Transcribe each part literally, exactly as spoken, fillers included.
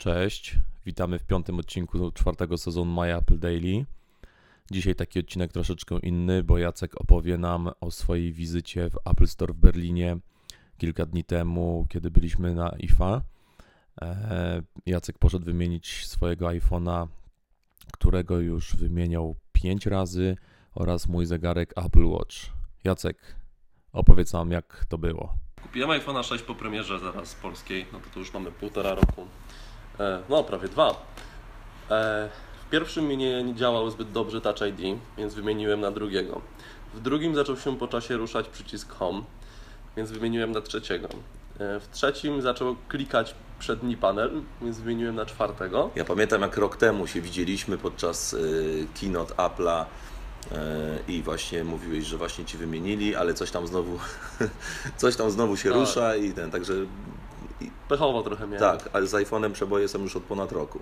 Cześć, witamy w piątym odcinku czwartego sezonu My Apple Daily. Dzisiaj taki odcinek troszeczkę inny, bo Jacek opowie nam o swojej wizycie w Apple Store w Berlinie kilka dni temu, kiedy byliśmy na I F A. Jacek poszedł wymienić swojego iPhone'a, którego już wymieniał pięć razy, oraz mój zegarek Apple Watch. Jacek, opowiedz nam, jak to było. Kupiłem iPhone'a sześć po premierze zaraz polskiej, no to tu już mamy półtora roku, e, no prawie dwa. E, w pierwszym mi nie, nie działał zbyt dobrze Touch I D, więc wymieniłem na drugiego. W drugim zaczął się po czasie ruszać przycisk Home, więc wymieniłem na trzeciego. E, w trzecim zaczął klikać przedni panel, więc wymieniłem na czwartego. Ja pamiętam, jak rok temu się widzieliśmy podczas y, keynote Apple'a i właśnie mówiłeś, że właśnie Ci wymienili, ale coś tam znowu coś tam znowu się tak. rusza i ten, także... I, Pechowo trochę miałem. tak, ale z iPhone'em przeboje są już od ponad roku.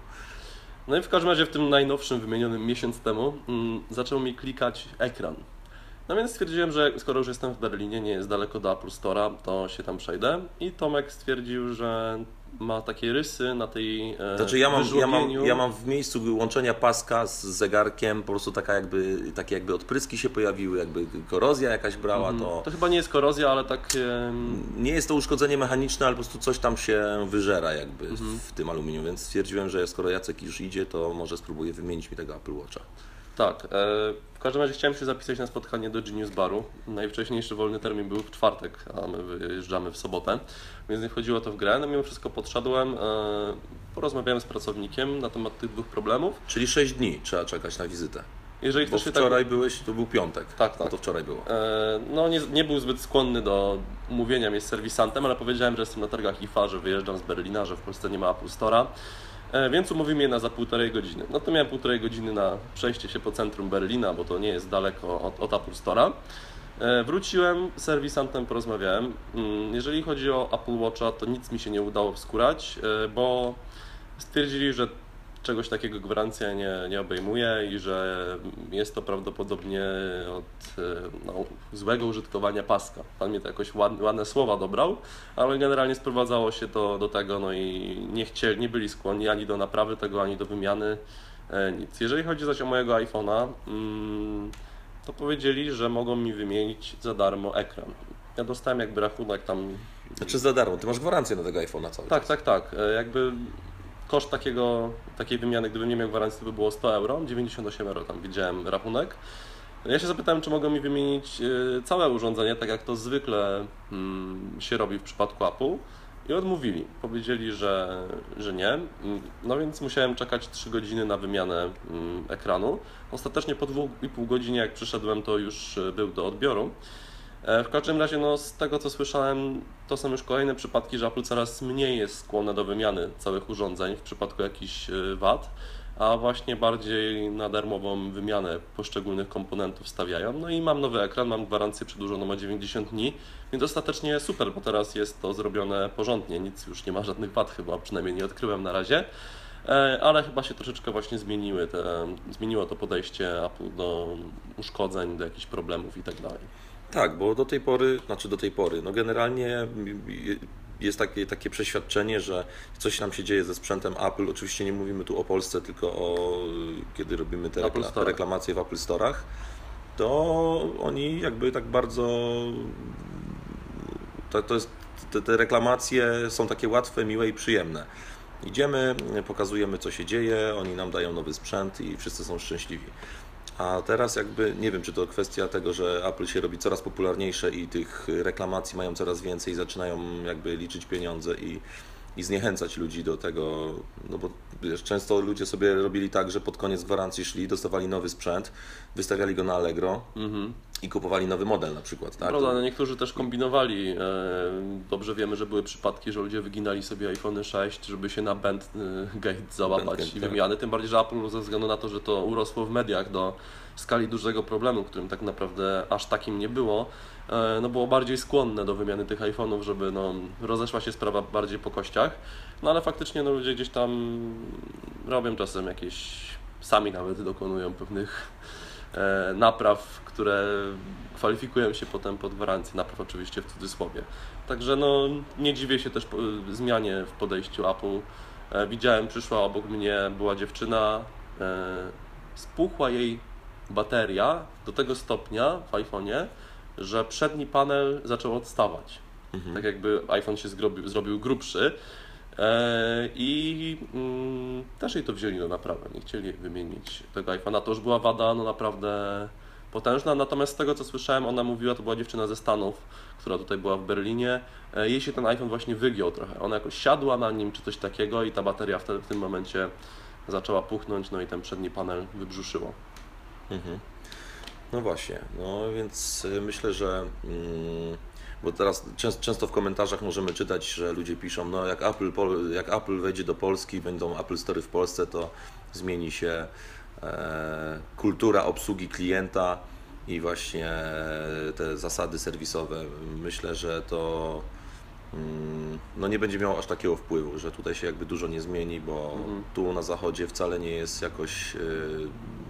No i w każdym razie w tym najnowszym, wymienionym miesiąc temu, mm, zaczął mi klikać ekran. No więc stwierdziłem, że skoro już jestem w Berlinie, nie jest daleko do Apple Store'a, to się tam przejdę. I Tomek stwierdził, że ma takie rysy na tej e, Znaczy ja mam, ja, mam, ja mam w miejscu łączenia paska z zegarkiem po prostu taka jakby, takie jakby odpryski się pojawiły, jakby korozja jakaś brała. Mm, to... to chyba nie jest korozja, ale tak... E... Nie jest to uszkodzenie mechaniczne, ale po prostu coś tam się wyżera jakby mm-hmm. w tym aluminium, więc stwierdziłem, że skoro Jacek już idzie, to może spróbuję wymienić mi tego Apple Watcha. Tak, e, w każdym razie chciałem się zapisać na spotkanie do Genius Baru. Najwcześniejszy wolny termin był w czwartek, a my wyjeżdżamy w sobotę, więc nie wchodziło to w grę. No mimo wszystko podszedłem, e, porozmawiałem z pracownikiem na temat tych dwóch problemów. Czyli sześć dni trzeba czekać na wizytę. Jeżeli Bo wczoraj tak... byłeś, to był piątek. Tak, tak. No to wczoraj było. E, no nie, nie był zbyt skłonny do umówienia mnie z serwisantem, ale powiedziałem, że jestem na targach I F A, że wyjeżdżam z Berlina, że w Polsce nie ma Apple Store'a. Więc umówił mnie na za półtorej godziny. No to miałem półtorej godziny na przejście się po centrum Berlina, bo to nie jest daleko od, od Apple Store'a. Wróciłem, z serwisantem porozmawiałem. Jeżeli chodzi o Apple Watcha, to nic mi się nie udało wskurać, bo stwierdzili, że czegoś takiego gwarancja nie, nie obejmuje i że jest to prawdopodobnie od no, złego użytkowania paska. Pan mi to jakoś ładne, ładne słowa dobrał, ale generalnie sprowadzało się to do tego, no i nie chcieli, nie byli skłonni ani do naprawy tego, ani do wymiany, e, nic. Jeżeli chodzi zaś o mojego iPhone'a, mm, to powiedzieli, że mogą mi wymienić za darmo ekran. Ja dostałem jakby rachunek tam... Znaczy za darmo, ty masz gwarancję na tego iPhone'a cały Tak, czas. tak, tak. E, jakby... Koszt takiego, takiej wymiany, gdybym nie miał gwarancji, to by było sto euro, dziewięćdziesiąt osiem euro, tam widziałem rachunek. Ja się zapytałem, czy mogą mi wymienić całe urządzenie, tak jak to zwykle się robi w przypadku Apple, i odmówili. Powiedzieli, że, że nie. No więc musiałem czekać trzy godziny na wymianę ekranu. Ostatecznie po dwóch i pół godzinie, jak przyszedłem, to już był do odbioru. W każdym razie, no, z tego co słyszałem, to są już kolejne przypadki, że Apple coraz mniej jest skłonne do wymiany całych urządzeń w przypadku jakichś wad, a właśnie bardziej na darmową wymianę poszczególnych komponentów stawiają. No i mam nowy ekran, mam gwarancję przedłużoną o dziewięćdziesiąt dni, więc ostatecznie super, bo teraz jest to zrobione porządnie, nic już nie ma żadnych wad chyba, przynajmniej nie odkryłem na razie. Ale chyba się troszeczkę właśnie zmieniły te, zmieniło to podejście Apple do uszkodzeń, do jakichś problemów i tak dalej. Tak, bo do tej pory, znaczy do tej pory, no generalnie jest takie, takie przeświadczenie, że coś nam się dzieje ze sprzętem Apple. Oczywiście nie mówimy tu o Polsce, tylko o kiedy robimy te, rekla, te reklamacje w Apple Store'ach, to oni jakby tak bardzo, to, to jest, te, te reklamacje są takie łatwe, miłe i przyjemne. Idziemy, pokazujemy, co się dzieje, oni nam dają nowy sprzęt i wszyscy są szczęśliwi. A teraz jakby, nie wiem, czy to kwestia tego, że Apple się robi coraz popularniejsze i tych reklamacji mają coraz więcej i zaczynają jakby liczyć pieniądze i, i zniechęcać ludzi do tego, no bo wiesz, często ludzie sobie robili tak, że pod koniec gwarancji szli, dostawali nowy sprzęt, wystawiali go na Allegro mm-hmm. i kupowali nowy model na przykład. Tak? Prawda, no niektórzy też kombinowali. Dobrze wiemy, że były przypadki, że ludzie wyginali sobie iPhone sześć, żeby się na Bandgate załapać Bandgate, i wymiany. Tak. Tym bardziej, że Apple ze względu na to, że to urosło w mediach do skali dużego problemu, którym tak naprawdę aż takim nie było, no było bardziej skłonne do wymiany tych iPhone'ów, żeby no, rozeszła się sprawa bardziej po kościach. No ale faktycznie no, ludzie gdzieś tam robią czasem jakieś, sami nawet dokonują pewnych e, napraw, które kwalifikują się potem pod gwarancję, napraw oczywiście w cudzysłowie. Także no, nie dziwię się też po, zmianie w podejściu Apple. E, widziałem, przyszła obok mnie, była dziewczyna, e, spuchła jej bateria do tego stopnia w iPhone'ie, że przedni panel zaczął odstawać. Mhm. Tak jakby iPhone się zrobił, zrobił grubszy. E, I mm, też jej to wzięli na naprawę, nie chcieli wymienić tego iPhone'a. To już była wada no naprawdę potężna, natomiast z tego co słyszałem, ona mówiła, to była dziewczyna ze Stanów, która tutaj była w Berlinie, e, jej się ten iPhone właśnie wygiął trochę. Ona jakoś siadła na nim czy coś takiego i ta bateria wtedy w tym momencie zaczęła puchnąć, no i ten przedni panel wybrzuszyło. Mhm. No właśnie, no więc y, myślę, że mm, bo teraz częst, często w komentarzach możemy czytać, że ludzie piszą, no jak Apple, Pol- jak Apple wejdzie do Polski, będą Apple Store w Polsce, to zmieni się e, kultura obsługi klienta i właśnie te zasady serwisowe. Myślę, że to mm, no nie będzie miało aż takiego wpływu, że tutaj się jakby dużo nie zmieni, bo Mhm. tu na zachodzie wcale nie jest jakoś y,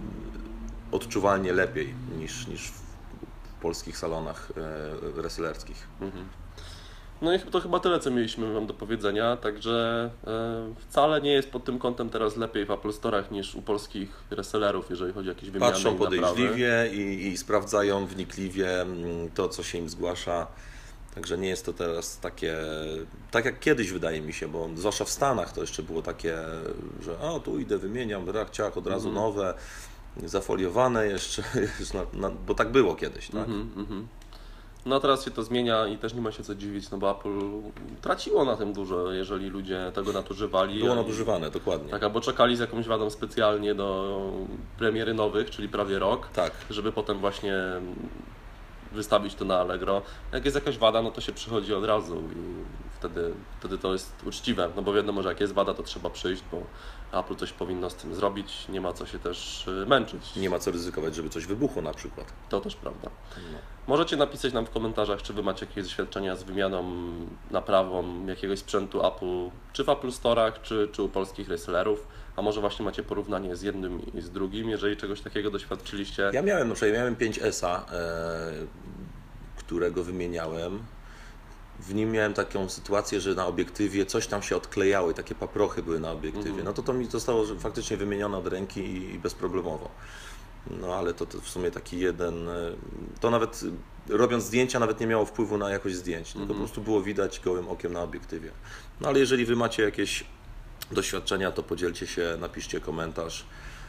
odczuwalnie lepiej niż, niż w polskich salonach e, resellerskich. Mhm. No i to chyba tyle, co mieliśmy Wam do powiedzenia, także e, wcale nie jest pod tym kątem teraz lepiej w Apple Store'ach niż u polskich resellerów, jeżeli chodzi o jakieś wymiany Patrzą i naprawy. podejrzliwie i, i sprawdzają wnikliwie mm, to, co się im zgłasza. Także nie jest to teraz takie, tak jak kiedyś wydaje mi się, bo zwłaszcza w Stanach to jeszcze było takie, że o tu idę, wymieniam, rach, ciach, od razu Mhm. nowe, zafoliowane jeszcze, już na, na, bo tak było kiedyś, tak? Mhm, mhm. No a teraz się to zmienia i też nie ma się co dziwić, no bo Apple traciło na tym dużo, jeżeli ludzie tego nadużywali. Było a- nadużywane, dokładnie. Tak, albo czekali z jakąś wadą specjalnie do premiery nowych, czyli prawie rok, Tak. żeby potem właśnie wystawić to na Allegro. Jak jest jakaś wada, no to się przychodzi od razu i wtedy, wtedy to jest uczciwe, no bo wiadomo, że jak jest wada, to trzeba przyjść, bo Apple coś powinno z tym zrobić, nie ma co się też y, męczyć. Nie ma co ryzykować, żeby coś wybuchło na przykład. To też prawda. No. Możecie napisać nam w komentarzach, czy Wy macie jakieś doświadczenia z wymianą, naprawą jakiegoś sprzętu Apple, czy w Apple Store'ach, czy, czy u polskich resellerów, a może właśnie macie porównanie z jednym i z drugim, jeżeli czegoś takiego doświadczyliście. Ja miałem, na przykład miałem pięć S a, e, którego wymieniałem. W nim miałem taką sytuację, że na obiektywie coś tam się odklejało i takie paprochy były na obiektywie. Mhm. No to to mi zostało że faktycznie wymienione od ręki i, i bezproblemowo. No ale to, to w sumie taki jeden, e, to nawet e, robiąc zdjęcia nawet nie miało wpływu na jakość zdjęć, tylko Mhm. po prostu było widać gołym okiem na obiektywie. No ale jeżeli Wy macie jakieś doświadczenia, to podzielcie się, napiszcie komentarz.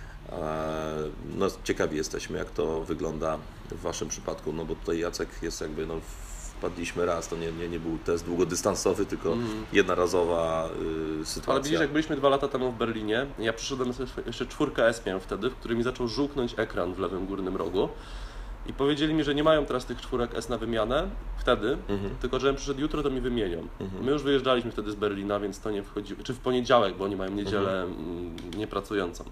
E, No, ciekawi jesteśmy, jak to wygląda w Waszym przypadku, no bo tutaj Jacek jest jakby, no wpadliśmy raz, to nie, nie, nie był test długodystansowy, tylko Mhm. jednorazowa y, Ale sytuacja. widzisz, jak byliśmy dwa lata temu w Berlinie, ja przyszedłem jeszcze czwórkę S miałem wtedy, w którym mi zaczął żółknąć ekran w lewym górnym rogu. I powiedzieli mi, że nie mają teraz tych czwórek S na wymianę, wtedy, Mhm. tylko żebym przyszedł jutro, to mi wymienią. Mhm. My już wyjeżdżaliśmy wtedy z Berlina, więc to nie wchodziło, czy w poniedziałek, bo oni mają niedzielę mm, niepracującą.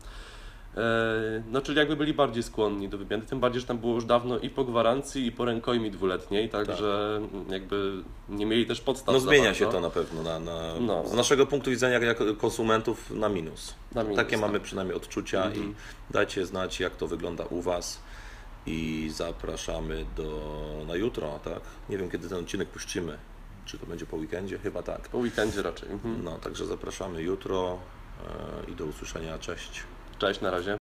E, No, czyli jakby byli bardziej skłonni do wymiany, tym bardziej, że tam było już dawno i po gwarancji, i po rękojmi dwuletniej, także jakby nie mieli też podstaw No za zmienia bardzo. się to na pewno, na, na, No. z naszego punktu widzenia jako konsumentów na minus. Na minus, Takie tak. mamy przynajmniej odczucia Mhm. i dajcie znać, jak to wygląda u Was i zapraszamy do, na jutro, tak? Nie wiem, kiedy ten odcinek puścimy, czy to będzie po weekendzie? Chyba tak. Po weekendzie raczej. Mhm. No, także zapraszamy jutro e, i do usłyszenia, cześć. Cześć, na razie.